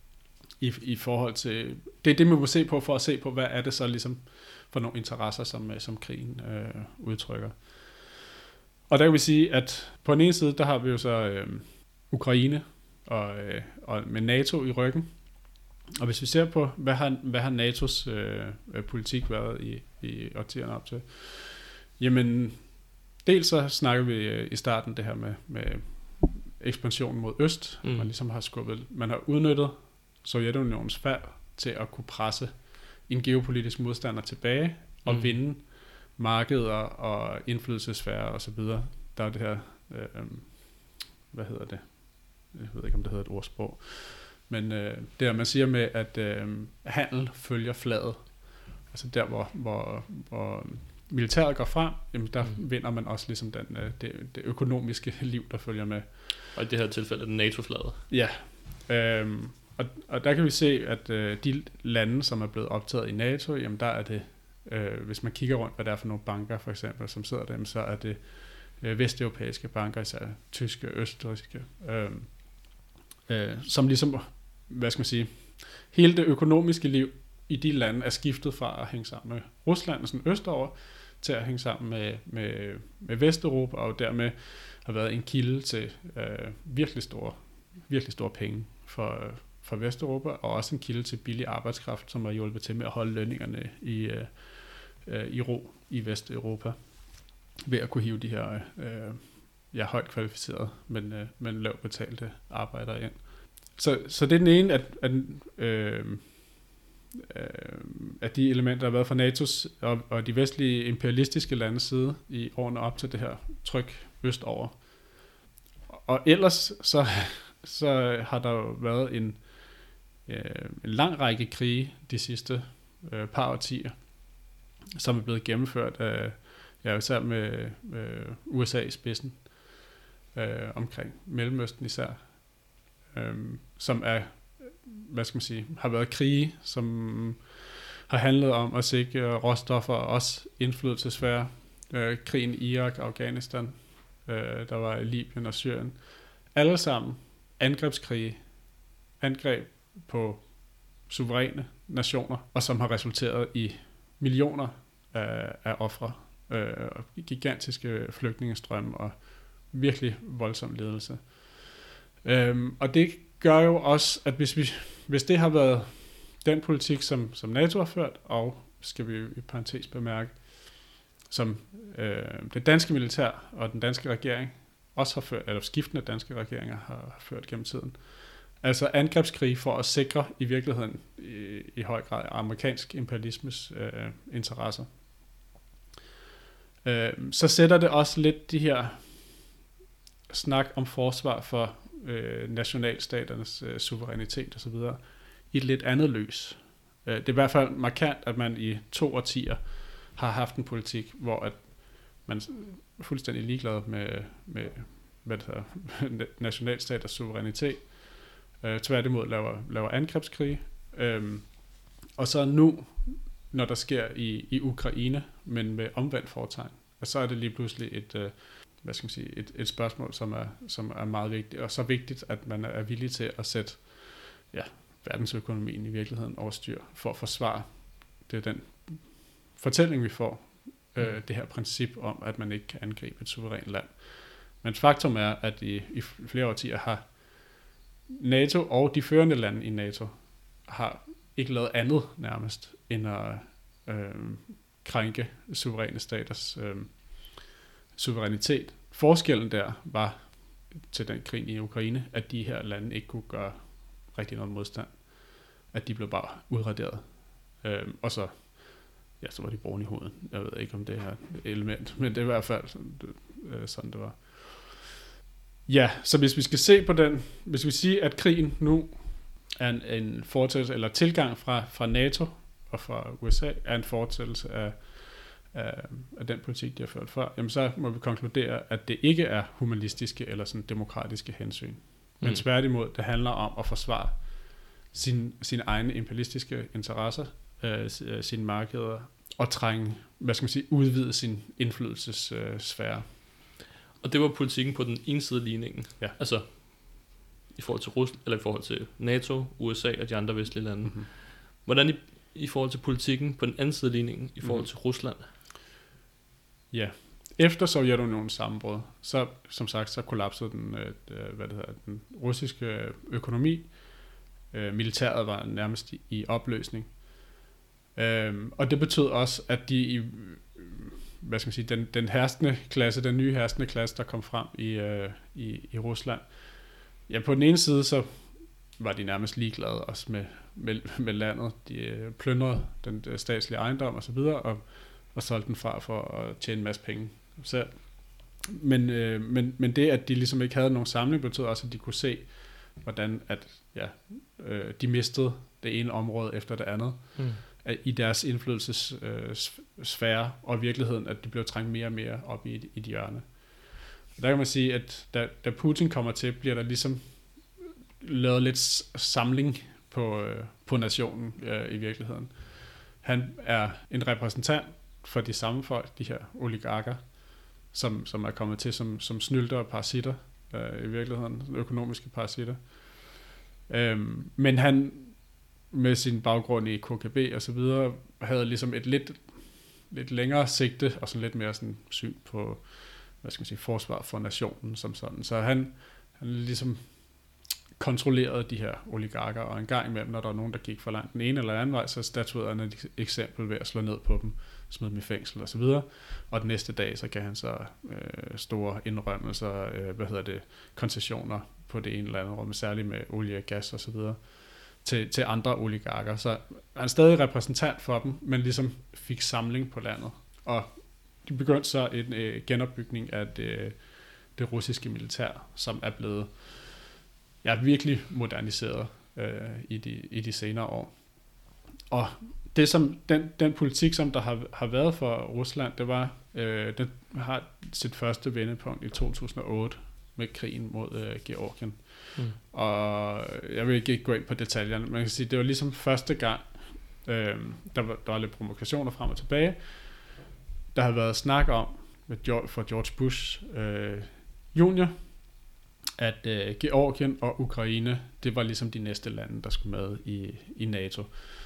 B: i, i forhold til, det er det, man må se på for at se på, hvad er det så ligesom for nogle interesser, som, som krigen øh, udtrykker. Og der kan vi sige, at på den ene side, der har vi jo så øh, Ukraine og, øh, og med NATO i ryggen. Og hvis vi ser på, hvad har, hvad har N A T O's øh, politik været i, i årtierne op til, jamen, dels så snakker vi øh, i starten det her med, med ekspansionen mod øst. Mm. Man ligesom har skubbet, man har udnyttet Sovjetunionens fald til at kunne presse en geopolitisk modstander tilbage og mm. vinde markeder og indflydelsesfærer og så videre. Der er det her, øh, hvad hedder det? Jeg ved ikke, om det hedder et ordsprog. Men øh, det er, man siger med, at øh, handel følger flaget. Altså der, hvor, hvor, hvor militæret går frem, jamen der mm. vinder man også ligesom den, øh, det, det økonomiske liv, der følger med.
A: Og i det her tilfælde er det NATO-flaget.
B: Ja, øhm, og, og der kan vi se, at øh, de lande, som er blevet optaget i NATO, jamen der er det, øh, hvis man kigger rundt, hvad det er for nogle banker, for eksempel, som sidder der, så er det øh, vesteuropæiske banker, især tyske, østrigske, øh, øh, som ligesom, hvad skal man sige, hele det økonomiske liv i de lande er skiftet fra at hænge sammen med Rusland, sådan østover, til at hænge sammen med, med, med Vesteuropa, og dermed har været en kilde til øh, virkelig store, virkelig store penge for, for Vesteuropa, og også en kilde til billig arbejdskraft, som har hjulpet til med at holde lønningerne i, øh, i ro i Vesteuropa, ved at kunne hive de her øh, ja, højt kvalificerede, men, øh, men lavt betalte arbejdere ind. Så, så det er den ene, at, at øh, af de elementer, der har været fra N A T O's og, og de vestlige imperialistiske landes side i årene op til det her tryk østover. Og ellers så, så har der jo været en, øh, en lang række krige de sidste øh, par årtier, som er blevet gennemført af, ja, især med øh, U S A i spidsen, øh, omkring Mellemøsten især, øh, som er, hvad skal man sige, har været krige, som har handlet om at sikre råstoffer og også indflydelsesfære. Øh, krigen i Irak, Afghanistan, øh, der var i Libyen og Syrien. Alle sammen angrebskrige, angreb på suveræne nationer, og som har resulteret i millioner af, af ofre, øh, gigantiske flygtningestrømme og virkelig voldsom ledelse. Øh, og det gør jo også, at hvis, vi, hvis det har været den politik, som, som NATO har ført, og skal vi i parentes bemærke, som øh, det danske militær og den danske regering også har ført, eller skiftende danske regeringer har, har ført gennem tiden. Altså angrebskrig for at sikre i virkeligheden i, i høj grad amerikansk imperialismes øh, interesser. Øh, så sætter det også lidt de her snak om forsvar for øh, nationalstaternes øh, suverænitet osv. i et lidt andet lys. Øh, det er i hvert fald markant, at man i to årtier har haft en politik, hvor at man er fuldstændig ligeglad med, med hvad det hedder, nationalstaters suverænitet. Øh, tværtimod laver, laver angrebskrig. Øh, og så nu, når der sker i, i Ukraine, men med omvendt fortegn, og så er det lige pludselig et, øh, hvad skal man sige, et, et spørgsmål, som er, som er meget vigtigt, og så vigtigt, at man er villig til at sætte ja, verdensøkonomien i virkeligheden over styr, for at forsvare det er den fortælling, vi får, øh, det her princip om, at man ikke kan angribe et suverænt land. Men faktum er, at i, i flere årtier har NATO og de førende lande i NATO har ikke lavet andet nærmest, end at øh, krænke suveræne staters øh, suverænitet. Forskellen der var til den krig i Ukraine, at de her lande ikke kunne gøre rigtig noget modstand. At de blev bare udraderet. Øh, og så, ja, så var de brune i hovedet. Jeg ved ikke, om det er et element, men det er i hvert fald øh, sådan, det var. Ja, så hvis vi skal se på den, hvis vi siger, at krigen nu er en, en fortsættelse, eller tilgang fra, fra NATO og fra U S A, er en fortsættelse af, af, af den politik, de har ført før, jamen så må vi konkludere, at det ikke er humanistiske eller sådan demokratiske hensyn. Men mm. tværtimod, det handler om at forsvare sin, sine egne imperialistiske interesser, øh, sine markeder, og trænge, hvad skal man sige, udvide sin indflydelsessfære. Øh,
A: Og det var politikken på den ene side af ligningen.
B: Ja.
A: Altså i forhold til Rusland, eller i forhold til NATO, U S A og de andre vestlige lande. Mm-hmm. Hvordan i, i forhold til politikken på den anden side af ligningen i forhold mm-hmm. til Rusland?
B: Ja. Efter Sovjetunionens sammenbrud, så som sagt, så kollapsede den, øh, hvad det hedder, den russiske økonomi. Øh, militæret var nærmest i, i opløsning. Øh, og det betød også, at de i hvad skal man sige, den, den herskende klasse, den nye herskende klasse, der kom frem i, øh, i, i Rusland. Ja, på den ene side, så var de nærmest ligeglade også med, med, med landet. De øh, plyndrede den øh, statslige ejendom og så videre, og, og solgte den fra for at tjene en masse penge selv. Men, øh, men, men det, at de ligesom ikke havde nogen samling, betød også, at de kunne se, hvordan at, ja, øh, de mistede det ene område efter det andet. Mm. I deres indflydelsessfære, øh, og i virkeligheden, at de blev trængt mere og mere op i, i de hjørne. Og der kan man sige, at da, da Putin kommer til, bliver der ligesom lavet lidt samling på, øh, på nationen øh, i virkeligheden. Han er en repræsentant for de samme folk, de her oligarker, som, som er kommet til som, som snylter og parasitter øh, i virkeligheden, økonomiske parasitter. Øhm, men han med sin baggrund i K G B og så videre, havde ligesom et lidt, lidt længere sigte, og sådan lidt mere sådan syn på, hvad skal man sige, forsvar for nationen som sådan. Så han, han ligesom kontrollerede de her oligarker, og en gang imellem, når der var nogen, der gik for langt den ene eller anden vej, så statuerede han et eksempel ved at slå ned på dem, smide dem i fængsel og så videre. Og den næste dag, så gav han så øh, store indrømmelser, øh, hvad hedder det, koncessioner på det ene eller andet rum, særligt med olie og gas og så videre, til, til andre oligarker. Så han er stadig repræsentant for dem, men ligesom fik samling på landet. Og de begyndte så en øh, genopbygning af det, det russiske militær, som er blevet ja, virkelig moderniseret øh, i, de, i de senere år. Og det som, den, den politik, som der har, har været for Rusland, det var, øh, den har sit første vendepunkt i to tusind og otte med krigen mod øh, Georgien. Mm. Og jeg vil ikke gå ind på detaljerne, man kan sige, det var ligesom første gang, øh, der, var, der var lidt provokationer frem og tilbage. Der har været snak om, med George, for George Bush øh, junior, at øh, Georgien og Ukraine, det var ligesom de næste lande, der skulle med i, i NATO.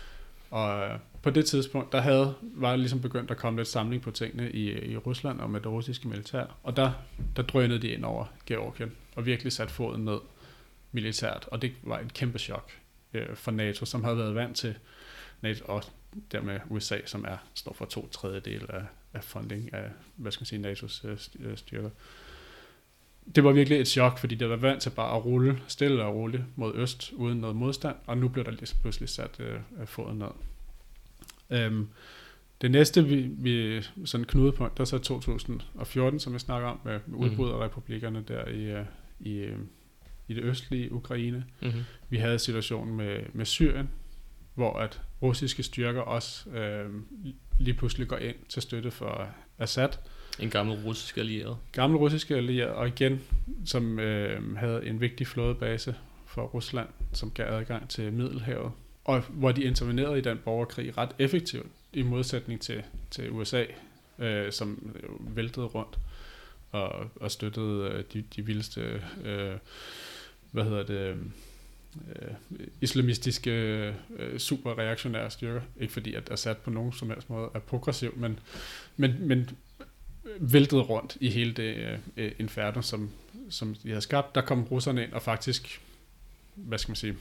B: Og øh, på det tidspunkt, der havde, var det ligesom begyndt at komme lidt samling på tingene i, i Rusland og med det russiske militær. Og der, der drønede de ind over Georgien og virkelig satte foden ned militært. Og det var et kæmpe chok øh, for NATO, som havde været vant til NATO, og dermed U S A, som er står for to tredjedel af, af funding af, hvad skal man sige, NATO's øh, styrker. Det var virkelig et chok, fordi det var vant til bare at rulle stille og roligt mod øst, uden noget modstand, og nu blev der lige pludselig sat øh, foden ned. Øhm, det næste, vi, vi sådan knudepunkt, der er så to tusind og fjorten, som vi snakker om, med, med udbrud af republikkerne der i, i, i det østlige Ukraine. Mm-hmm. Vi havde situationen med, med Syrien, hvor at russiske styrker også øh, lige pludselig går ind til støtte for Assad.
A: En gammel russisk allieret.
B: Gammel russisk allieret, og igen, som øh, havde en vigtig flådebase for Rusland, som gav adgang til Middelhavet, og hvor de intervenerede i den borgerkrig ret effektivt, i modsætning til, til U S A, øh, som væltede rundt og, og støttede øh, de, de vildeste, øh, hvad hedder det, øh, islamistiske, øh, superreaktionære styrker. Ikke fordi, at Assad på nogen som helst måde er progressiv, men, men, men væltede rundt i hele det øh, inferno, som, som de havde skabt. Der kom russerne ind og faktisk, hvad skal man sige,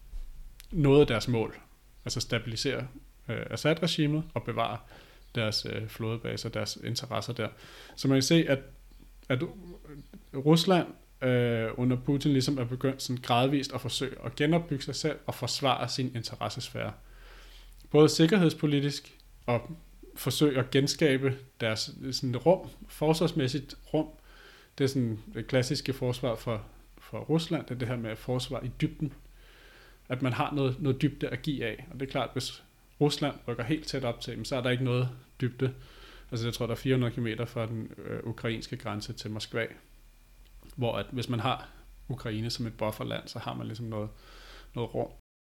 B: nåede deres mål. Altså stabilisere øh, Assad-regimet og bevare deres øh, flådebaser, deres interesser der. Så man kan se, at, at Rusland øh, under Putin ligesom er begyndt sådan gradvist at forsøge at genopbygge sig selv og forsvare sin interessesfære. Både sikkerhedspolitisk og forsøge at genskabe deres sådan rum, forsvarsmæssigt rum. Det er sådan det klassiske forsvar for, for Rusland, det er det her med forsvar i dybden. At man har noget, noget dybde at give af. Og det er klart, hvis Rusland rykker helt tæt op til dem, så er der ikke noget dybde. Altså jeg tror, der er fire hundrede kilometer fra den øh, ukrainske grænse til Moskva. Hvor at hvis man har Ukraine som et bufferland, så har man ligesom noget, noget rum.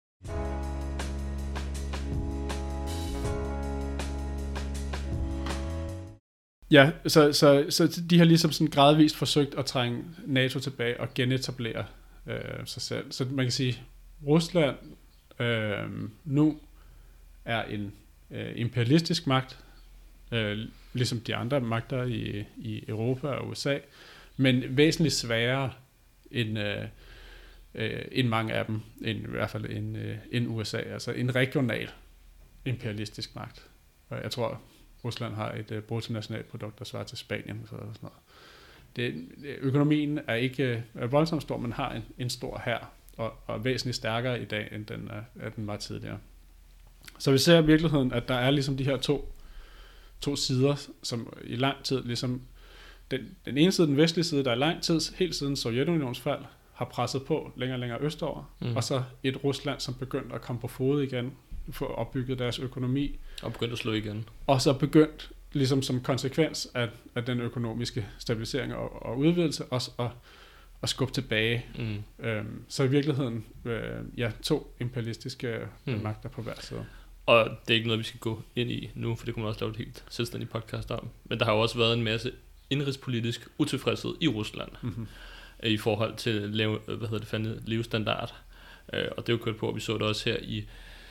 B: Ja, så, så, så de har ligesom sådan gradvist forsøgt at trænge NATO tilbage og genetablere øh, sig selv. Så man kan sige, Rusland øh, nu er en øh, imperialistisk magt, øh, ligesom de andre magter i, i Europa og U S A, men væsentligt sværere end, øh, øh, end mange af dem, end, i hvert fald end, øh, end U S A, altså en regional imperialistisk magt. Og jeg tror, Rusland har et uh, bruttonationalprodukt, der svarer til Spanien. Så sådan noget. Det, økonomien er ikke er voldsomt stor, men har en, en stor hær, og, og er væsentligt stærkere i dag, end den, uh, at den var tidligere. Så vi ser i virkeligheden, at der er ligesom de her to, to sider, som i lang tid, ligesom den, den ene side, den vestlige side, der i lang tid, helt siden Sovjetunions fald, har presset på længere og længere østover, mm. og så et Rusland, som begyndte at komme på fod igen, få opbygget deres økonomi.
A: Og begyndt at slå igen.
B: Og så begyndt, ligesom som konsekvens af, af den økonomiske stabilisering og, og udvidelse, også at, at skubbe tilbage. Mm. Øhm, så i virkeligheden, øh, ja, to imperialistiske mm. magter på hver side.
A: Og det er ikke noget, vi skal gå ind i nu, for det kunne man også lave et helt selvstændigt podcast om. Men der har jo også været en masse indrigspolitisk utilfredshed i Rusland, mm-hmm. i forhold til leve, hvad hedder det, fandme, levestandard. Og det er jo kørt på, at vi så det også her i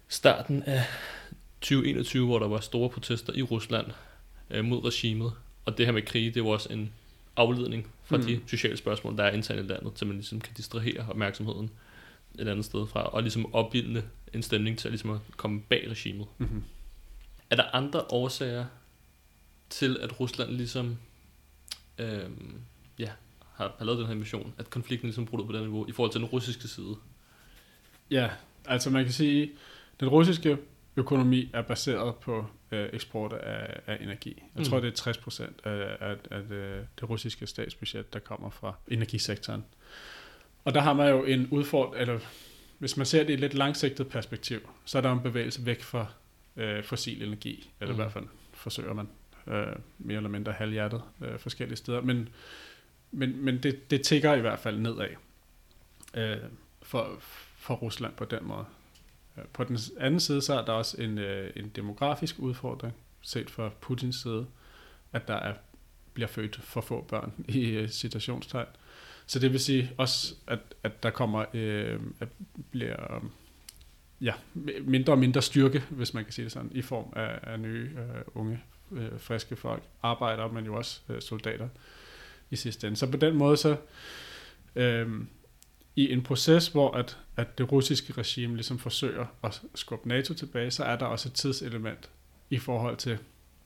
A: starten af tyve enogtyve, hvor der var store protester i Rusland øh, mod regimet. Og det her med krig, det var også en afledning fra mm. de sociale spørgsmål, der er internt i landet, så man ligesom kan distrahere opmærksomheden et andet sted fra, og ligesom opildne en stemning til at, ligesom at komme bag regimet. Mm-hmm. Er der andre årsager til, at Rusland ligesom øhm, ja, har, har lavet den her invasion, at konflikten ligesom brudt på den niveau, i forhold til den russiske side?
B: Ja, altså man kan sige, at den russiske økonomi er baseret på øh, eksport af, af energi. Jeg mm. tror, det er tres procent af, af, af det, det russiske statsbudget, der kommer fra energisektoren. Og der har man jo en udfordring, eller hvis man ser det i et lidt langsigtet perspektiv, så er der en bevægelse væk fra øh, fossil energi, eller mm. i hvert fald forsøger man øh, mere eller mindre halvhjertet øh, forskellige steder, men, men, men det, det tigger i hvert fald nedad øh, for, for Rusland på den måde. På den anden side, så er der også en, øh, en demografisk udfordring, set fra Putins side, at der er, bliver født for få børn i øh, citationstegn. Så det vil sige også, at, at der kommer øh, at bliver, øh, ja, mindre og mindre styrke, hvis man kan sige det sådan, i form af, af nye, øh, unge, øh, friske folk, arbejdere, men jo også øh, soldater i sidste ende. Så på den måde, så øh, i en proces, hvor at, at det russiske regime ligesom forsøger at skubbe NATO tilbage, så er der også et tidselement i forhold til,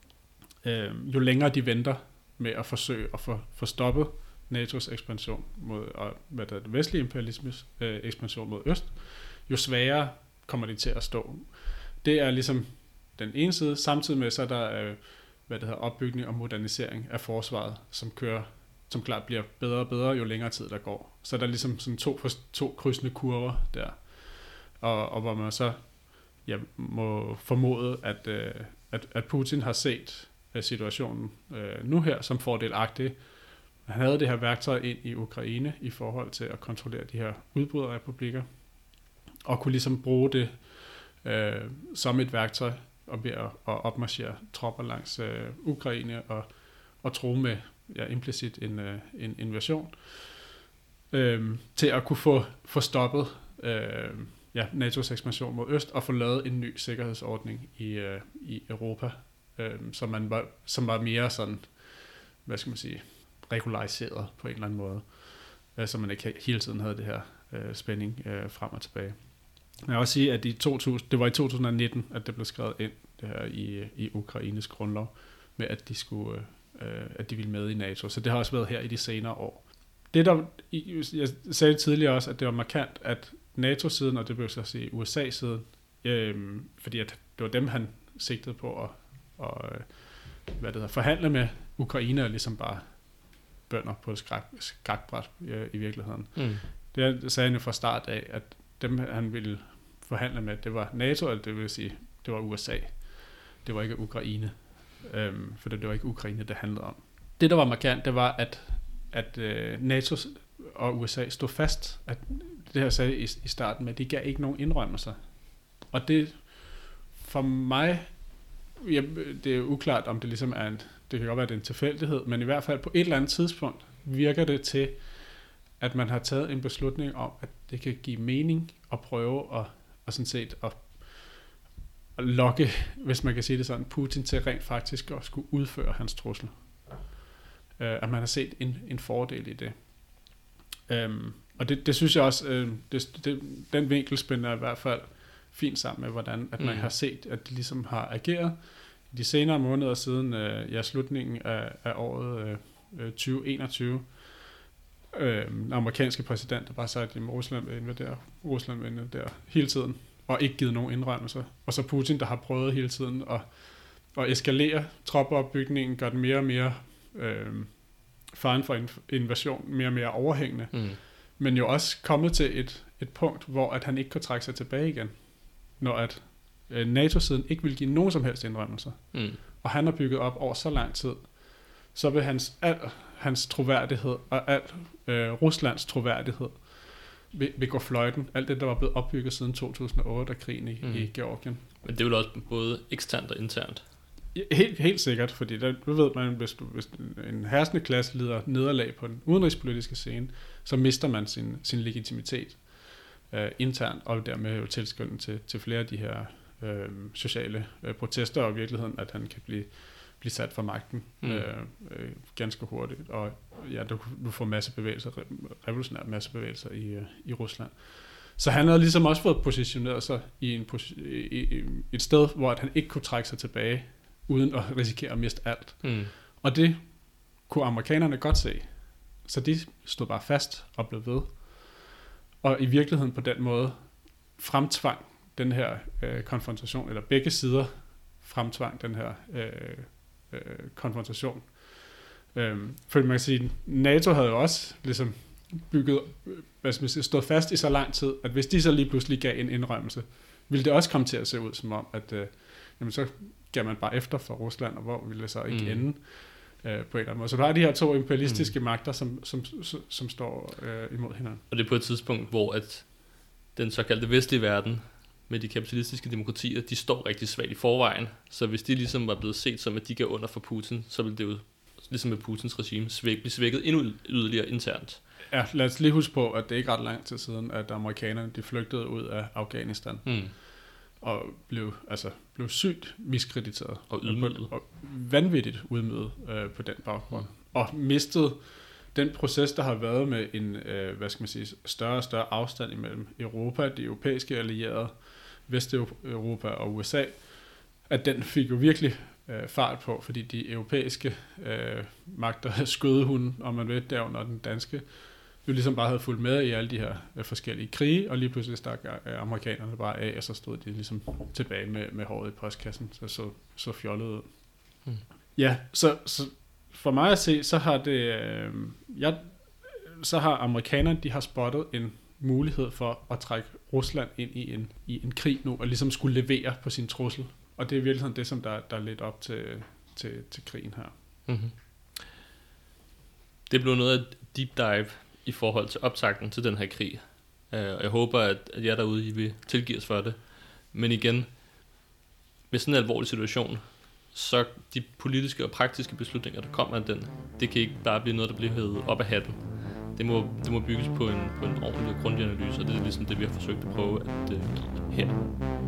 B: øh, jo længere de venter med at forsøge at få, få stoppet N A T O's ekspansion mod, og hvad der er det vestlige imperialismes øh, ekspansion mod øst, jo sværere kommer de til at stå. Det er ligesom den ene side. Samtidig med så er der øh, hvad det hedder, opbygning og modernisering af forsvaret, som kører, som klart bliver bedre og bedre, jo længere tid der går. Så der er ligesom sådan to, to krydsende kurver der, og, og hvor man så ja, må formode, at, øh, at, at Putin har set øh, situationen øh, nu her som fordelagtig. Han havde det her værktøj ind i Ukraine i forhold til at kontrollere de her udbryderrepublikker, og kunne ligesom bruge det øh, som et værktøj og ved at, at opmarchere tropper langs øh, Ukraine og, og tro med ja, implicit en, øh, en invasion øh, til at kunne få, få stoppet øh, ja, N A T O's ekspansion mod øst og få lavet en ny sikkerhedsordning i, øh, i Europa, øh, som, man var, som var mere sådan, hvad skal man sige, regulariseret på en eller anden måde, øh, så man ikke hele tiden havde det her øh, spænding øh, frem og tilbage. Jeg vil også sige, at i to tusind, det var i to tusind nitten, at det blev skrevet ind det her i, i Ukraines grundlov, med at de skulle, øh, at de ville med i NATO. Så det har også været her i de senere år. Det der, jeg sagde tidligere også, at det var markant, at NATO-siden, og det blev så at sige U S A-siden, øh, fordi at det var dem, han sigtede på at, og, hvad det hedder, forhandle med Ukraine, og ligesom bare bønder på et skak, skakbræt øh, i virkeligheden. Mm. Det sagde han jo fra start af, at dem han ville forhandle med, det var NATO, og det vil sige, det var U S A. Det var ikke Ukraine. Øhm, for det var ikke Ukraine, det handlede om. Det, der var markant, det var, at, at øh, NATO og U S A stod fast, at det her sagde i, i starten med, at de gav ikke nogen indrømmelser. Og det, for mig, ja, det er uklart, om det ligesom er en, det kan godt være, det er en tilfældighed, men i hvert fald på et eller andet tidspunkt virker det til, at man har taget en beslutning om, at det kan give mening at prøve at, at sådan set at, at lokke, hvis man kan sige det sådan, Putin til rent faktisk at skulle udføre hans trussel. Uh, at man har set en, en fordel i det. Um, og det, det synes jeg også, uh, det, det, den vinkel spænder i hvert fald fint sammen med, hvordan at man mm. har set, at de ligesom har ageret de senere måneder siden uh, ja, slutningen af, af året uh, tyve enogtyve. Øh, den amerikanske præsident der bare sagde, at Rusland vil invadere, Rusland vil invadere hele tiden, og ikke givet nogen indrømmelser. Og så Putin, der har prøvet hele tiden at, at eskalere troppeopbygningen, gør den mere og mere øh, faren for invasion, mere og mere overhængende. Mm. Men jo også kommet til et, et punkt, hvor at han ikke kan trække sig tilbage igen, når at øh, NATO-siden ikke vil give nogen som helst indrømmelser. Mm. Og han har bygget op over så lang tid, så vil hans, al hans troværdighed og al øh, Ruslands troværdighed vil, vil gå fløjten. Alt det, der var blevet opbygget siden to tusind og otte af krigen i, mm. i Georgien.
A: Men det er jo også både eksternt og internt.
B: Helt, helt sikkert, fordi der ved man, hvis, du, hvis en herskende klasse lider nederlag på den udenrigspolitiske scene, så mister man sin, sin legitimitet. øh, internt, og dermed jo tilskynde til, til flere af de her øh, sociale øh, protester, og i virkeligheden, at han kan blive, blive sat for magten mm. øh, øh, ganske hurtigt. Og ja, du, du får massebevægelser, revolutionære massebevægelser i, øh, i Rusland. Så han havde ligesom også fået positioneret sig i, en, i, i et sted, hvor han ikke kunne trække sig tilbage, uden at risikere at miste alt. Mm. Og det kunne amerikanerne godt se. Så de stod bare fast og blev ved. Og i virkeligheden på den måde fremtvang den her øh, konfrontation, eller begge sider fremtvang den her øh, øh, konfrontation. Øhm, for man kan sige, NATO havde jo også ligesom bygget, hvad skal man sige, stået fast i så lang tid, at hvis de så lige pludselig gav en indrømmelse, ville det også komme til at se ud som om, at øh, jamen, så gav man bare efter for Rusland, og hvor ville det så ikke mm. ende øh, på en eller anden måde. Så der er de her to imperialistiske mm. magter, som, som, som, som står øh, imod hinanden.
A: Og det er på et tidspunkt, hvor at den såkaldte vestlige verden med de kapitalistiske demokratier, de står rigtig svagt i forvejen. Så hvis de ligesom var blevet set som, at de gav under for Putin, så ville det jo, ligesom med Putins regime, svæk, blive svækket endnu yderligere internt.
B: Ja, lad os lige huske på, at det er ikke ret lang tid siden, at amerikanerne de flygtede ud af Afghanistan. Mm. Og blev, altså, blev sygt miskrediteret.
A: Og ydmyget.
B: Og vanvittigt udmødet øh, på den baggrund. Mm. Og mistet den proces, der har været med en øh, hvad skal man sige, større og større afstand imellem Europa, de europæiske allierede, Vesteuropa og U S A, at den fik jo virkelig øh, fart på, fordi de europæiske øh, magter skød hun, om man ved, derunder den danske, jo ligesom bare havde fulgt med i alle de her øh, forskellige krige, og lige pludselig stak øh, amerikanerne bare af, og så stod de ligesom tilbage med, med håret i postkassen, så så, så fjollet ud. Hmm. Ja, så, så for mig at se, så har det, øh, jeg, så har amerikanerne, de har spottet en mulighed for at trække Rusland ind i en, i en krig nu, og ligesom skulle levere på sin trussel. Og det er virkelig sådan det, som der, der er lidt op til, til, til krigen her. Mm-hmm.
A: Det blev noget af deep dive i forhold til optakten til den her krig. Og jeg håber, at jer derude I vil tilgive os for det. Men igen, med sådan en alvorlig situation, så de politiske og praktiske beslutninger, der kommer af den, det kan ikke bare blive noget, der bliver hævet op af hatten. Det må, det må bygges på en, på en ordentlig og grundig analyse, og det er ligesom det, vi har forsøgt at prøve at uh, give her.